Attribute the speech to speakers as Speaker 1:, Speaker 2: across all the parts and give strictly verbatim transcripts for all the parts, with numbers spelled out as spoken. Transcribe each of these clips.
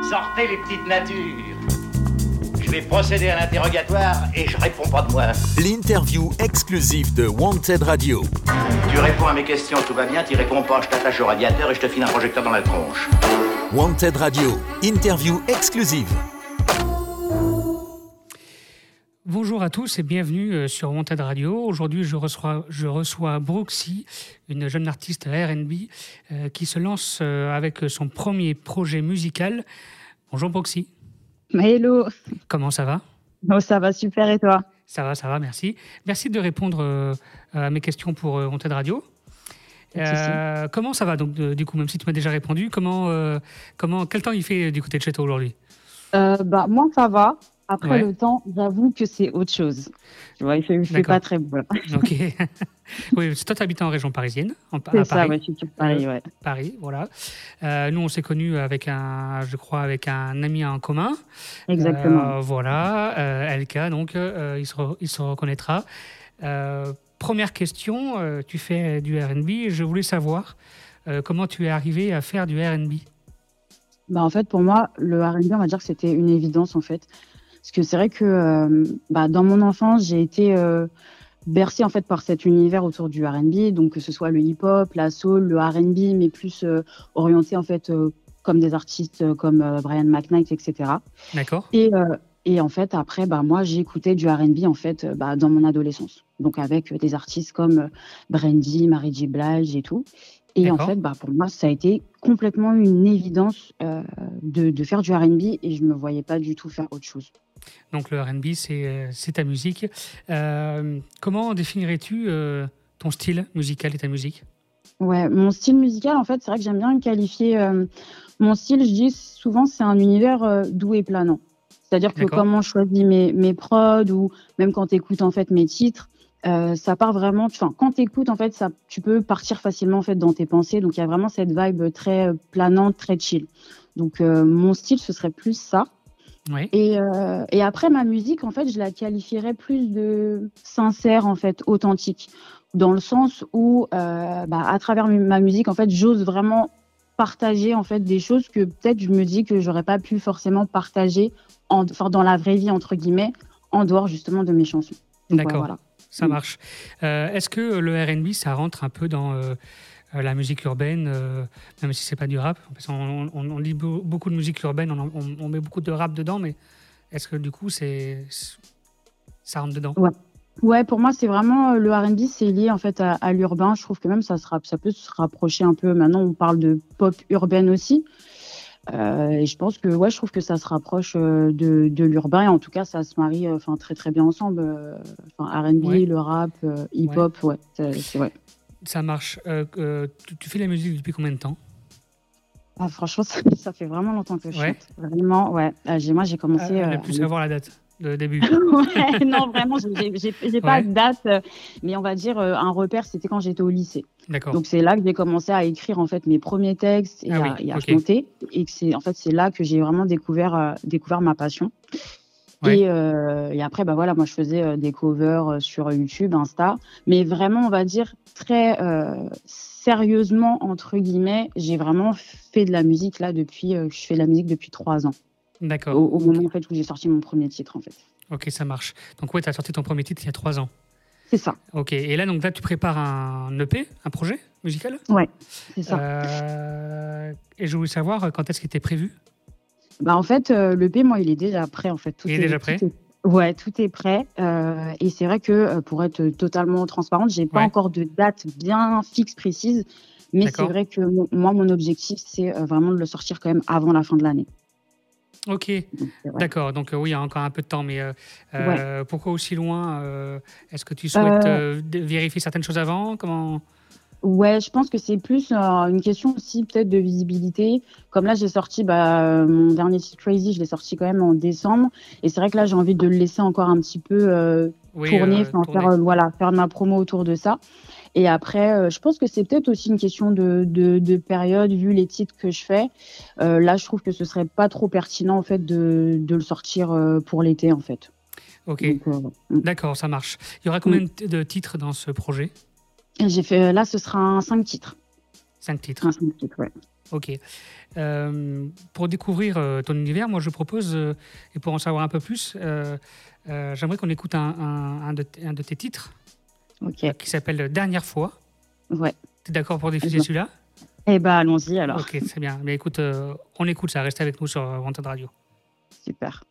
Speaker 1: Sortez les petites natures. Je vais procéder à l'interrogatoire et je réponds pas de moi.
Speaker 2: L'interview exclusive de Wanted Radio.
Speaker 1: Tu réponds à mes questions, tout va bien. Tu réponds pas, je t'attache au radiateur et je te file un projecteur dans la tronche.
Speaker 2: Wanted Radio, interview exclusive.
Speaker 3: Bonjour à tous et bienvenue sur Wanted Radio. Aujourd'hui, je reçois, je reçois Brooksy, une jeune artiste R and B euh, qui se lance euh, avec son premier projet musical. Bonjour Brooksy.
Speaker 4: Hello.
Speaker 3: Comment ça va ?
Speaker 4: Oh, ça va super et toi ?
Speaker 3: Ça va, ça va, merci. Merci de répondre euh, à mes questions pour euh, Wanted Radio. Euh, comment ça va donc de, du coup, même si tu m'as déjà répondu, comment, euh, comment, quel temps il fait du côté de chez toi aujourd'hui ?
Speaker 4: euh, bah, Moi, ça va. Après
Speaker 3: ouais.
Speaker 4: le temps, j'avoue que c'est autre chose. Tu vois, il fait, il fait pas très beau. Là.
Speaker 3: Ok. Oui, toi, tu habites en région parisienne, en, à
Speaker 4: c'est
Speaker 3: Paris.
Speaker 4: ça, ouais, je suis sur Paris, ouais.
Speaker 3: Euh, Paris, voilà. Euh, nous, on s'est connus avec un, je crois, avec un ami en commun.
Speaker 4: Exactement.
Speaker 3: Euh, voilà, euh, L K, donc euh, il, se re, il se reconnaîtra. Euh, première question, euh, tu fais du R and B. Je voulais savoir euh, comment tu es arrivé à faire du R and B.
Speaker 4: Bah, en fait, pour moi, le R and B, on va dire que c'était une évidence, en fait. Parce que c'est vrai que euh, bah, dans mon enfance, j'ai été euh, bercée en fait, par cet univers autour du R and B, donc que ce soit le hip-hop, la soul, le R and B, mais plus euh, orienté en fait, euh, comme des artistes euh, comme euh, Brian McKnight, et cetera.
Speaker 3: D'accord.
Speaker 4: Et, euh, et en fait, après, bah, moi, j'ai écouté du R and B en fait, euh, bah, dans mon adolescence. Donc avec euh, des artistes comme euh, Brandy, Mary J. Blige et tout. Et
Speaker 3: D'accord.
Speaker 4: en fait, bah, pour moi, ça a été complètement une évidence euh, de, de faire du R and B et je ne me voyais pas du tout faire autre chose.
Speaker 3: Donc le R and B, c'est, c'est ta musique. Euh, comment définirais-tu euh, ton style musical et ta musique ?
Speaker 4: Ouais, mon style musical, en fait, c'est vrai que j'aime bien qualifier euh, mon style. Je dis souvent, c'est un univers euh, doux et planant. C'est-à-dire que
Speaker 3: D'accord.
Speaker 4: comment je choisis mes, mes prods ou même quand tu écoutes en fait mes titres, euh, ça part vraiment. Enfin, quand tu écoutes, en fait, ça, tu peux partir facilement en fait dans tes pensées. Donc il y a vraiment cette vibe très planante, très chill. Donc euh, mon style, ce serait plus ça.
Speaker 3: Oui.
Speaker 4: Et, euh, et après, ma musique, en fait, je la qualifierais plus de sincère, en fait, authentique, dans le sens où, euh, bah, à travers ma musique, en fait, j'ose vraiment partager, en fait, des choses que peut-être je me dis que j'aurais pas pu forcément partager, en, enfin, dans la vraie vie, entre guillemets, en dehors, justement, de mes chansons. Donc,
Speaker 3: d'accord,
Speaker 4: voilà.
Speaker 3: Ça marche. Euh, est-ce que le R and B, ça rentre un peu dans... Euh... la musique urbaine, euh, même si c'est pas du rap, parce qu'on on, on lit beaucoup de musique urbaine, on, on, on met beaucoup de rap dedans, mais est-ce que du coup c'est ça rentre dedans ?
Speaker 4: Ouais. Ouais, pour moi c'est vraiment le R and B, c'est lié en fait à, à l'urbain. Je trouve que même ça sera, ça peut se rapprocher un peu. Maintenant on parle de pop urbaine aussi, euh, et je pense que ouais, je trouve que ça se rapproche de, de l'urbain et en tout cas ça se marie, enfin très très bien ensemble. Enfin R and B, ouais. Le rap, euh, hip-hop, ouais, ouais c'est, c'est ouais.
Speaker 3: Ça marche. Euh, euh, tu, tu fais la musique depuis combien de temps ?
Speaker 4: Ah, franchement, ça, ça fait vraiment longtemps que je
Speaker 3: ouais.
Speaker 4: chante. Vraiment, ouais. Euh, j'ai, moi, j'ai commencé...
Speaker 3: Ah, on
Speaker 4: euh,
Speaker 3: a pu savoir la date de début.
Speaker 4: ouais, non, vraiment, j'ai, j'ai, j'ai
Speaker 3: ouais.
Speaker 4: pas de date, euh, mais on va dire euh, un repère, c'était quand j'étais au lycée.
Speaker 3: D'accord.
Speaker 4: Donc, c'est là que j'ai commencé à écrire, en fait, mes premiers textes et
Speaker 3: ah,
Speaker 4: à,
Speaker 3: oui.
Speaker 4: et à
Speaker 3: okay.
Speaker 4: chanter. Et que c'est, en fait, c'est là que j'ai vraiment découvert, euh, découvert ma passion.
Speaker 3: Ouais.
Speaker 4: Et, euh, et après, bah voilà, moi, je faisais euh, des covers sur YouTube, Insta, mais vraiment, on va dire, très euh, sérieusement, entre guillemets, j'ai vraiment fait de la musique, là, depuis, euh, je fais de la musique depuis trois ans.
Speaker 3: D'accord.
Speaker 4: Au, au
Speaker 3: okay.
Speaker 4: moment, en fait, où j'ai sorti mon premier titre, en fait.
Speaker 3: Ok, ça marche. Donc, ouais, tu as sorti ton premier titre il y a trois ans.
Speaker 4: C'est ça.
Speaker 3: Ok, et là, donc là, tu prépares un E P, un projet musical ?
Speaker 4: Ouais, c'est ça.
Speaker 3: Euh, et je voulais savoir, quand est-ce qu'il était prévu ?
Speaker 4: Bah, en fait, euh, l'E P, moi, il est déjà prêt, en fait. Tout
Speaker 3: il est, est déjà prêt
Speaker 4: tout est... Ouais, tout est prêt. Euh, et c'est vrai que, euh, pour être totalement transparente, j'ai pas
Speaker 3: ouais.
Speaker 4: encore de date bien fixe, précise. Mais
Speaker 3: D'accord.
Speaker 4: c'est vrai que m- moi, mon objectif, c'est euh, vraiment de le sortir quand même avant la fin de l'année.
Speaker 3: Ok, donc, ouais. D'accord. Donc, euh, oui, il y a encore un peu de temps. Mais euh,
Speaker 4: ouais.
Speaker 3: pourquoi aussi loin euh, Est-ce que tu souhaites euh... Euh, vérifier certaines choses avant ? Comment...
Speaker 4: Ouais, je pense que c'est plus euh, une question aussi peut-être de visibilité. Comme là, j'ai sorti bah, mon dernier titre Crazy, je l'ai sorti quand même en décembre. Et c'est vrai que là, j'ai envie de le laisser encore un petit peu euh,
Speaker 3: oui,
Speaker 4: tourner,
Speaker 3: euh,
Speaker 4: faire, euh, voilà, faire de ma promo autour de ça. Et après, euh, je pense que c'est peut-être aussi une question de, de, de période, vu les titres que je fais. Euh, là, je trouve que ce serait pas trop pertinent en fait de, de le sortir euh, pour l'été en fait.
Speaker 3: Ok, donc, euh, d'accord, ça marche. Il y aura combien mm. de titres dans ce projet ?
Speaker 4: Et j'ai fait, là, ce sera un cinq titres.
Speaker 3: Cinq titres.
Speaker 4: Un cinq titres, ouais.
Speaker 3: Ok. Euh, pour découvrir euh, ton univers, moi je propose, euh, et pour en savoir un peu plus, euh, euh, j'aimerais qu'on écoute un, un, un, de, t- un de tes titres
Speaker 4: Ok.
Speaker 3: euh, qui s'appelle Dernière fois.
Speaker 4: Ouais.
Speaker 3: Tu es d'accord pour diffuser
Speaker 4: Je-
Speaker 3: celui-là?
Speaker 4: Eh ben, allons-y alors.
Speaker 3: Ok, très bien. Mais écoute, euh, on écoute ça, reste avec nous sur euh, Wanted Radio.
Speaker 4: Super.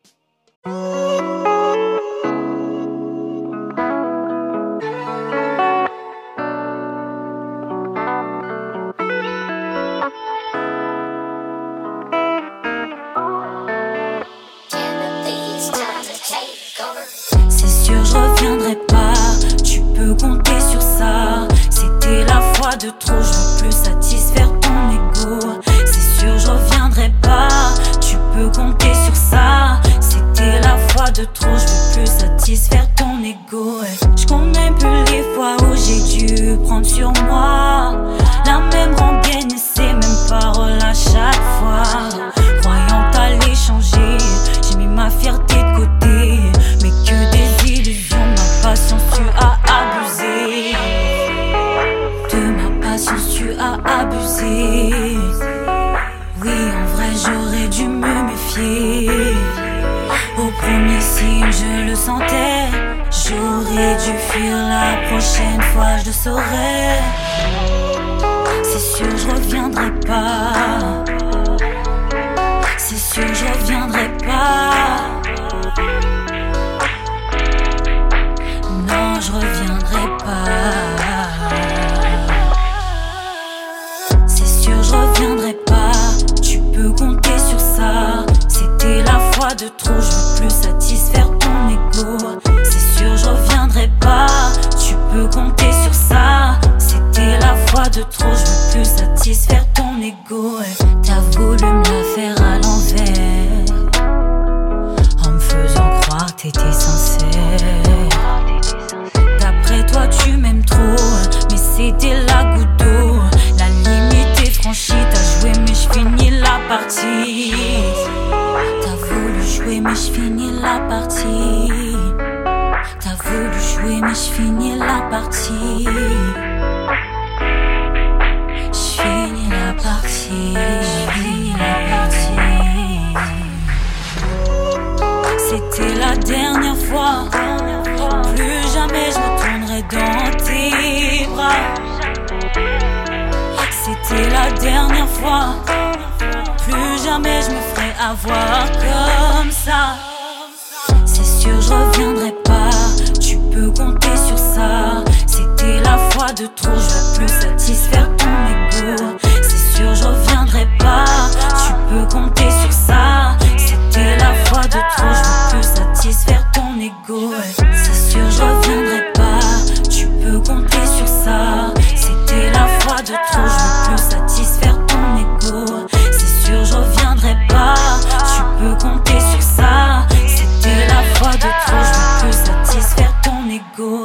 Speaker 5: C'est sûr, je reviendrai pas. Tu peux compter sur ça. C'était la fois de trop, je veux plus satisfaire ton ego. C'est sûr, je reviendrai pas. Tu peux compter sur ça. C'était la fois de trop, je veux plus satisfaire ton ego. Je compte même plus les fois où j'ai dû prendre sur moi la même rengaine et ces mêmes paroles à chaque fois. Croyant t'allais changer, j'ai mis ma fierté de côté. Mais que des illusions, ma patience tu as abusé. De ma patience tu as abusé. Oui, en vrai j'aurais dû me méfier. Au premier signe je le sentais. J'aurais dû fuir, la prochaine fois je le saurais. C'est sûr je reviendrai pas. C'est sûr je reviendrai pas. Non, je reviendrai pas. C'est sûr, je reviendrai pas. Tu peux compter sur ça. C'était la fois de trop, je veux plus satisfaire ton ego. C'est sûr, je reviendrai pas. Tu peux compter sur ça. C'était la fois de trop, je veux plus satisfaire ton ego. T'as voulu me la faire à l'envers, en me faisant croire que t'étais sincère. D'après toi tu m'aimes trop, mais c'était la goutte d'eau. La limite est franchie, t'as joué mais j'finis la partie. T'as voulu jouer mais j'finis la partie. T'as voulu jouer mais j'finis la partie. J'finis la partie. J'finis la partie. C'était la dernière fois. Plus jamais je me tournerai dans tes bras. C'était la dernière fois. Plus jamais je me ferai avoir comme ça. C'est sûr je reviendrai pas. Tu peux compter sur ça. C'était la fois de trop, je veux plus satisfaire ton ego. C'est sûr je reviendrai pas. Tu peux compter sur ça. C'était la fois de trop, je veux plus satisfaire ton ego. C'est sûr je reviendrai pas. Tu peux compter sur ça. C'était la fois de trop, je veux plus satisfaire ton ego. C'est sûr je reviendrai pas. Tu peux compter sur ça. C'était la fois de trop, je veux plus satisfaire ton ego.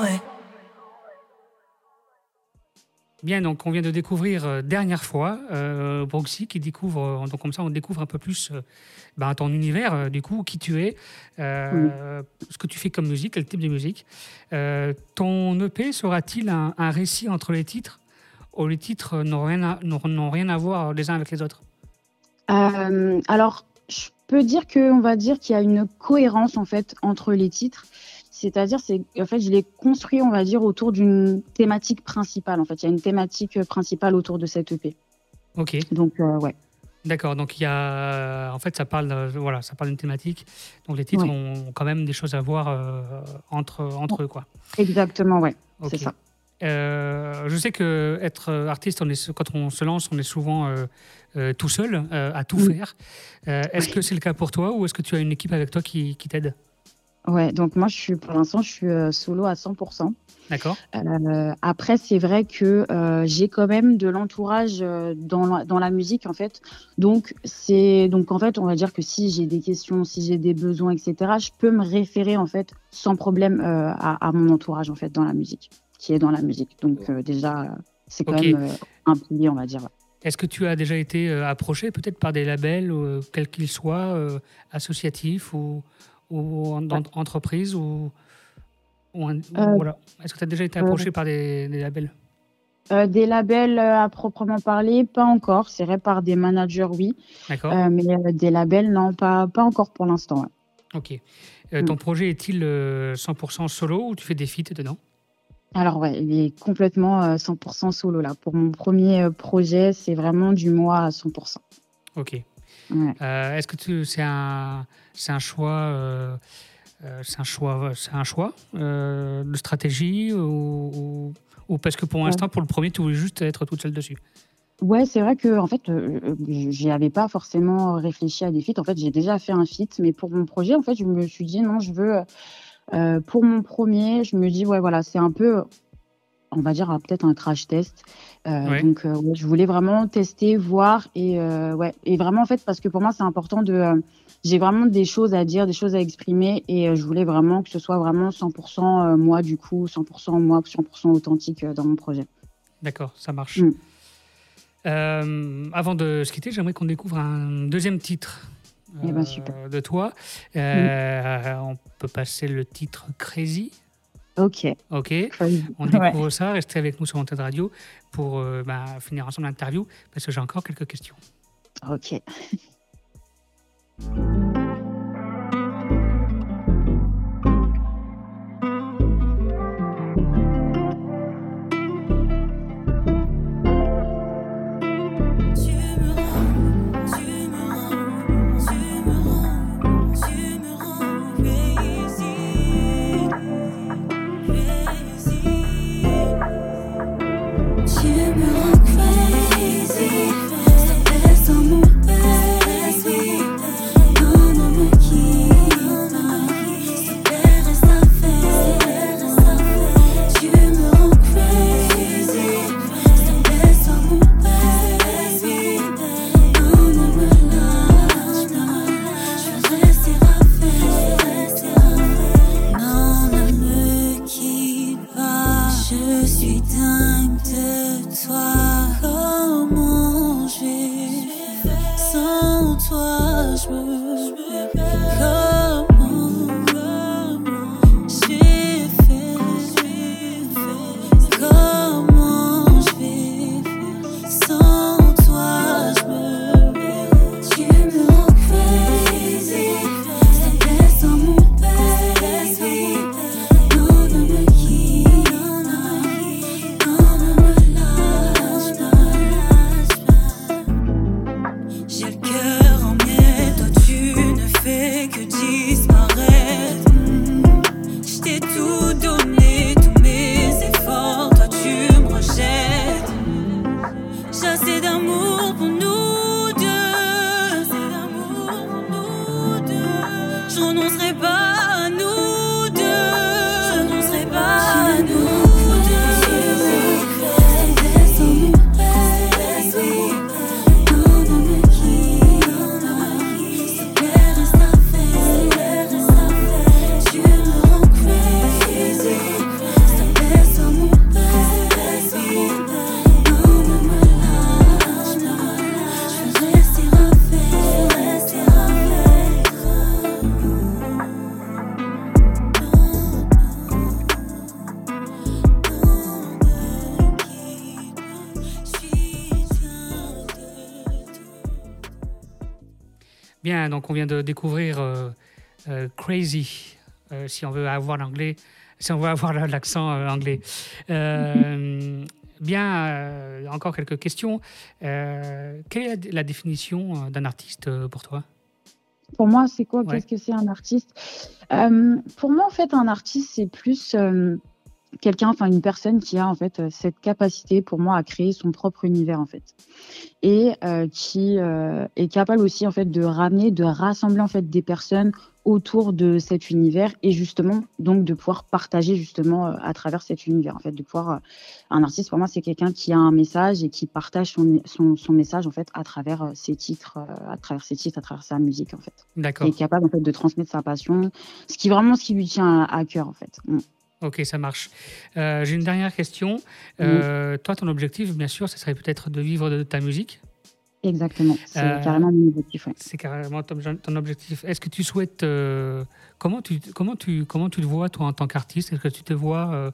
Speaker 3: Bien, donc on vient de découvrir euh, dernière fois euh, Broxy qui découvre, euh, donc comme ça on découvre un peu plus euh, ben, ton univers, euh, du coup, qui tu es, euh, ce que tu fais comme musique, quel type de musique. Euh, ton E P sera-t-il un, un récit entre les titres ou les titres n'ont rien à, n'ont, n'ont rien à voir les uns avec les autres?
Speaker 4: Euh, alors, je peux dire que, on va dire qu'il y a une cohérence en fait entre les titres. C'est-à-dire, c'est en fait, je l'ai construit, on va dire, autour d'une thématique principale. En fait, il y a une thématique principale autour de cette E P.
Speaker 3: Ok.
Speaker 4: Donc, euh, ouais.
Speaker 3: D'accord, donc il y a, en fait, ça parle, de- voilà, ça parle d'une thématique. Donc les titres
Speaker 4: Ouais.
Speaker 3: ont quand même des choses à voir euh, entre entre eux, quoi.
Speaker 4: Exactement, ouais.
Speaker 3: Ok.
Speaker 4: C'est ça.
Speaker 3: Euh, je sais que être artiste, on est, quand on se lance, on est souvent euh, euh, tout seul euh, à tout
Speaker 4: Mm.
Speaker 3: faire. Euh, est-ce que c'est le cas pour toi ou est-ce que tu as une équipe avec toi qui, qui t'aide?
Speaker 4: Ouais, donc moi, je suis, pour l'instant, je suis euh, solo à cent pour cent.
Speaker 3: D'accord.
Speaker 4: Euh, après, c'est vrai que euh, j'ai quand même de l'entourage euh, dans la, dans la musique, en fait. Donc, c'est, donc, en fait, on va dire que si j'ai des questions, si j'ai des besoins, et cetera, je peux me référer, en fait, sans problème euh, à, à mon entourage, en fait, dans la musique, qui est dans la musique. Donc, euh, déjà, euh, c'est quand
Speaker 3: Ok.
Speaker 4: même euh, un pilier, on va dire. Ouais.
Speaker 3: Est-ce que tu as déjà été euh, approché peut-être par des labels, euh, quels qu'ils soient, euh, associatifs ou, ou en, en- entreprises ou, ou un-
Speaker 4: Euh,
Speaker 3: voilà. Est-ce que tu as déjà été approché par des, des labels?
Speaker 4: Euh, des labels euh, à proprement parler, pas encore. C'est vrai, par des managers, oui.
Speaker 3: D'accord.
Speaker 4: Euh, mais euh, des labels, non, pas, pas encore pour l'instant. Ouais.
Speaker 3: Ok. Euh,
Speaker 4: Mm.
Speaker 3: ton projet est-il euh, cent pour cent solo ou tu fais des feats dedans?
Speaker 4: Alors, ouais, il est complètement euh, cent pour cent solo là. Pour mon premier euh, projet, c'est vraiment du moi à cent pour cent.
Speaker 3: Ok.
Speaker 4: Ouais.
Speaker 3: Euh, est-ce que tu, c'est un, c'est un choix, euh, euh, c'est un choix, c'est un choix euh, de stratégie ou, ou, ou parce que pour
Speaker 4: Ouais.
Speaker 3: l'instant, pour le premier, tu voulais juste être toute seule dessus?
Speaker 4: Ouais, c'est vrai que en fait, euh, euh, j'y avais pas forcément réfléchi à des feats. En fait, j'ai déjà fait un feat, mais pour mon projet, en fait, je me suis dit non, je veux euh, pour mon premier, je me dis ouais, voilà, c'est un peu, on va dire, euh, peut-être un crash test. Euh,
Speaker 3: Ouais.
Speaker 4: donc, euh, ouais, je voulais vraiment tester, voir et euh, ouais, et vraiment en fait, parce que pour moi, c'est important de, euh, j'ai vraiment des choses à dire, des choses à exprimer et euh, je voulais vraiment que ce soit vraiment cent pour cent euh, moi du coup, cent pour cent moi, cent pour cent authentique euh, dans mon projet.
Speaker 3: D'accord, ça marche.
Speaker 4: Mm.
Speaker 3: Euh, avant de se quitter, j'aimerais qu'on découvre un deuxième titre
Speaker 4: Eh ben,
Speaker 3: euh,
Speaker 4: super.
Speaker 3: de toi. Euh, On peut passer le titre Crazy.
Speaker 4: Ok.
Speaker 3: Ok.
Speaker 4: Crazy.
Speaker 3: On
Speaker 4: Ouais.
Speaker 3: découvre ça. Restez avec nous sur Wanted Radio pour euh, bah, finir ensemble l'interview parce que j'ai encore quelques questions.
Speaker 4: Ok.
Speaker 5: Tu me rends, tu me rends, tu me rends, tu me rends crazy, crazy. Tu me rends crazy, ça fait sans mon baby. Non, ne me quitte pas, ça fait reste à faire. Tu me rends crazy, ça fait sans mon baby. Non, ne me lâche pas, je vais rester à faire. Non, ne me quitte pas, je suis dingue de toi. Comment je vais sans toi, je me comment j'ai fait, comment je vais sans toi, je me tu me rends crazy, ça fait sans mon baby. Non, ne me quitte pas, non, ne me lâche pas. J'ai le cœur en miettes, toi tu ne fais que disparaître. Je t'ai tout donné, tous mes efforts, toi tu me rejettes. J'ai assez d'amour pour nous deux, assez d'amour pour nous deux. Je renoncerai pas à nous deux, je renoncerai pas à nous deux. Ça fait sans mon baby. Non, ne me quitte pas, ça fait reste à faire. Tu me rends crazy, ça fait sans mon baby. Non, ne me lâche pas, je vais rester à faire, rester à
Speaker 3: Bien, donc on vient de découvrir euh, euh, Crazy, euh, si on veut avoir l'anglais, si on veut avoir l'accent euh, anglais. Euh, bien, euh, encore quelques questions. Euh, quelle est la, la définition d'un artiste euh, pour toi?
Speaker 4: Pour moi, c'est quoi?
Speaker 3: Ouais.
Speaker 4: Qu'est-ce que c'est un artiste? Euh, Pour moi, en fait, un artiste, c'est plus euh, quelqu'un, enfin une personne qui a en fait euh, cette capacité, pour moi, à créer son propre univers, en fait, et euh, qui euh, est capable aussi, en fait, de ramener, de rassembler en fait des personnes autour de cet univers et justement donc de pouvoir partager justement euh, à travers cet univers, en fait, de pouvoir euh, un artiste pour moi c'est quelqu'un qui a un message et qui partage son, son, son message en fait à travers euh, ses titres, euh, à travers ses titres, à travers sa musique en fait.
Speaker 3: D'accord.
Speaker 4: Et est capable en fait de transmettre sa passion, ce qui vraiment ce qui lui tient à, à cœur en fait. Mm.
Speaker 3: Ok, ça marche. Euh, J'ai une dernière question. Euh, toi, ton objectif, bien sûr, ce serait peut-être de vivre de ta musique.
Speaker 4: Exactement, c'est
Speaker 3: Euh,
Speaker 4: carrément mon objectif. Ouais.
Speaker 3: C'est carrément ton, ton objectif. Est-ce que tu souhaites... euh, comment, tu, comment, tu, comment tu te vois, toi, en tant qu'artiste? Est-ce que tu te vois euh,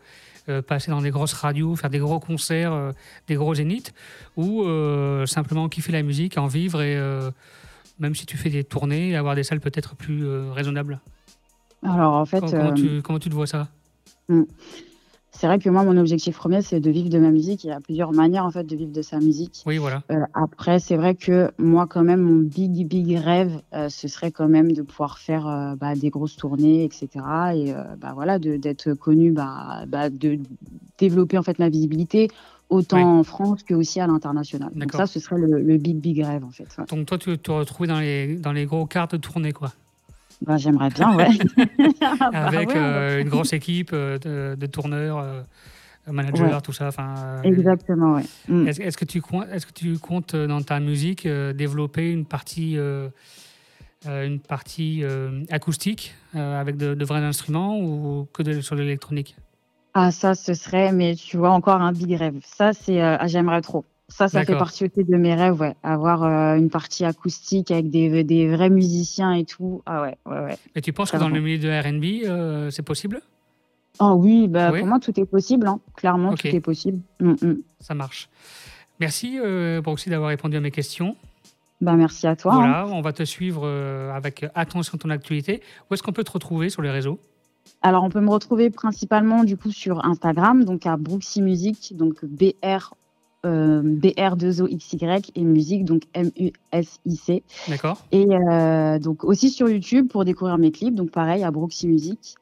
Speaker 3: euh, passer dans des grosses radios, faire des gros concerts, euh, des gros zéniths, ou euh, simplement kiffer la musique, en vivre et euh, même si tu fais des tournées, avoir des salles peut-être plus euh, raisonnables.
Speaker 4: Alors en fait,
Speaker 3: comment, comment,
Speaker 4: euh,
Speaker 3: tu, comment tu te vois ça?
Speaker 4: hmm, c'est vrai que moi, mon objectif premier, c'est de vivre de ma musique. Il y a plusieurs manières en fait de vivre de sa musique.
Speaker 3: Oui, voilà.
Speaker 4: Euh, après, c'est vrai que moi, quand même, mon big big rêve, euh, ce serait quand même de pouvoir faire euh, bah, des grosses tournées, et cetera. Et euh, bah voilà, de, d'être connu, bah, bah, de développer en fait ma visibilité autant
Speaker 3: Ouais.
Speaker 4: en France que aussi à l'international. Donc
Speaker 3: D'accord.
Speaker 4: ça, ce serait le, le big big rêve en fait. Ouais.
Speaker 3: Donc toi, tu te retrouves dans les, dans les gros quarts de tournée, quoi.
Speaker 4: Bah, j'aimerais bien, ouais. Ah, bah,
Speaker 3: Avec
Speaker 4: ouais, on va-
Speaker 3: euh, une grosse équipe euh, de, de tourneurs, euh, managers,
Speaker 4: Ouais.
Speaker 3: tout ça. Enfin, euh,
Speaker 4: Exactement, ouais. Mm.
Speaker 3: Est-ce, est-ce que tu comptes, est-ce que tu comptes euh, dans ta musique euh, développer une partie, euh, euh, une partie euh, acoustique euh, avec de, de vrais instruments ou que de, sur l'électronique?
Speaker 4: Ah, ça, ce serait, mais tu vois, encore un big rêve. Ça, c'est, euh, ah, j'aimerais trop. Ça, ça fait
Speaker 3: D'accord.
Speaker 4: partie aussi de mes rêves, ouais. Avoir euh, une partie acoustique avec des, des vrais musiciens et tout. Ah ouais, ouais, ouais.
Speaker 3: Et tu penses que dans
Speaker 4: Clairement.
Speaker 3: le milieu de R and B, euh, c'est possible?
Speaker 4: Oh oui, bah,
Speaker 3: Oui.
Speaker 4: pour moi, tout est possible, hein. Clairement,
Speaker 3: Ok.
Speaker 4: tout est possible. Mm, mm.
Speaker 3: Ça marche. Merci, euh, Broxy, d'avoir répondu à mes questions.
Speaker 4: Bah, merci à toi. hein.
Speaker 3: Voilà, on va te suivre euh, avec attention ton actualité. Où est-ce qu'on peut te retrouver sur les réseaux?
Speaker 4: Alors, on peut me retrouver principalement, du coup, sur Instagram, donc à Brooksy Music, donc B R, euh, B R deux O X Y et musique, donc M U S I C.
Speaker 3: D'accord.
Speaker 4: Et euh, donc aussi sur YouTube pour découvrir mes clips, donc pareil à Brooksy Music.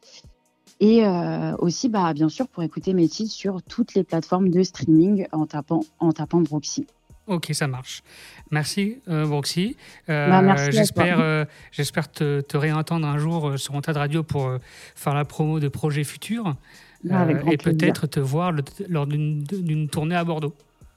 Speaker 4: Et euh, aussi, bah, bien sûr, pour écouter mes titres sur toutes les plateformes de streaming en tapant, en tapant Brooksy.
Speaker 3: Ok, ça marche. Merci, euh, Broxy. Euh,
Speaker 4: Bah, merci à
Speaker 3: j'espère,
Speaker 4: toi.
Speaker 3: euh, j'espère te, te réentendre un jour euh, sur Wanted Radio pour euh, faire la promo de projets futurs
Speaker 4: Bah, avec grand
Speaker 3: et
Speaker 4: plaisir.
Speaker 3: peut-être te voir le- lors d'une, d'une tournée à Bordeaux.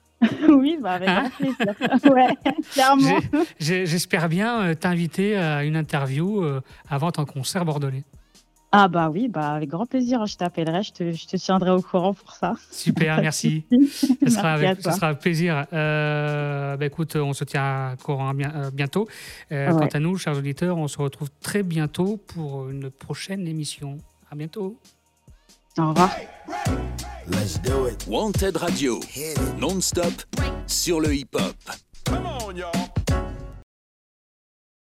Speaker 4: Oui, bah, avec grand plaisir. Ouais, clairement.
Speaker 3: J'ai- j'ai- j'espère bien euh, t'inviter à une interview euh, avant ton concert bordelais.
Speaker 4: Ah bah oui, bah avec grand plaisir. Je t'appellerai, je te, je te tiendrai au courant pour ça.
Speaker 3: Super,
Speaker 4: Pas de
Speaker 3: merci.
Speaker 4: souci.
Speaker 3: Ce sera,
Speaker 4: Merci à
Speaker 3: avec, ce
Speaker 4: toi.
Speaker 3: sera un plaisir. Euh, bah, écoute, on se tient au courant bien- euh, bientôt. Euh,
Speaker 4: Ouais.
Speaker 3: Quant à nous, chers auditeurs, on se retrouve très bientôt pour une prochaine émission. À bientôt.
Speaker 4: Au revoir.
Speaker 2: Wanted Radio, non-stop sur le hip-hop.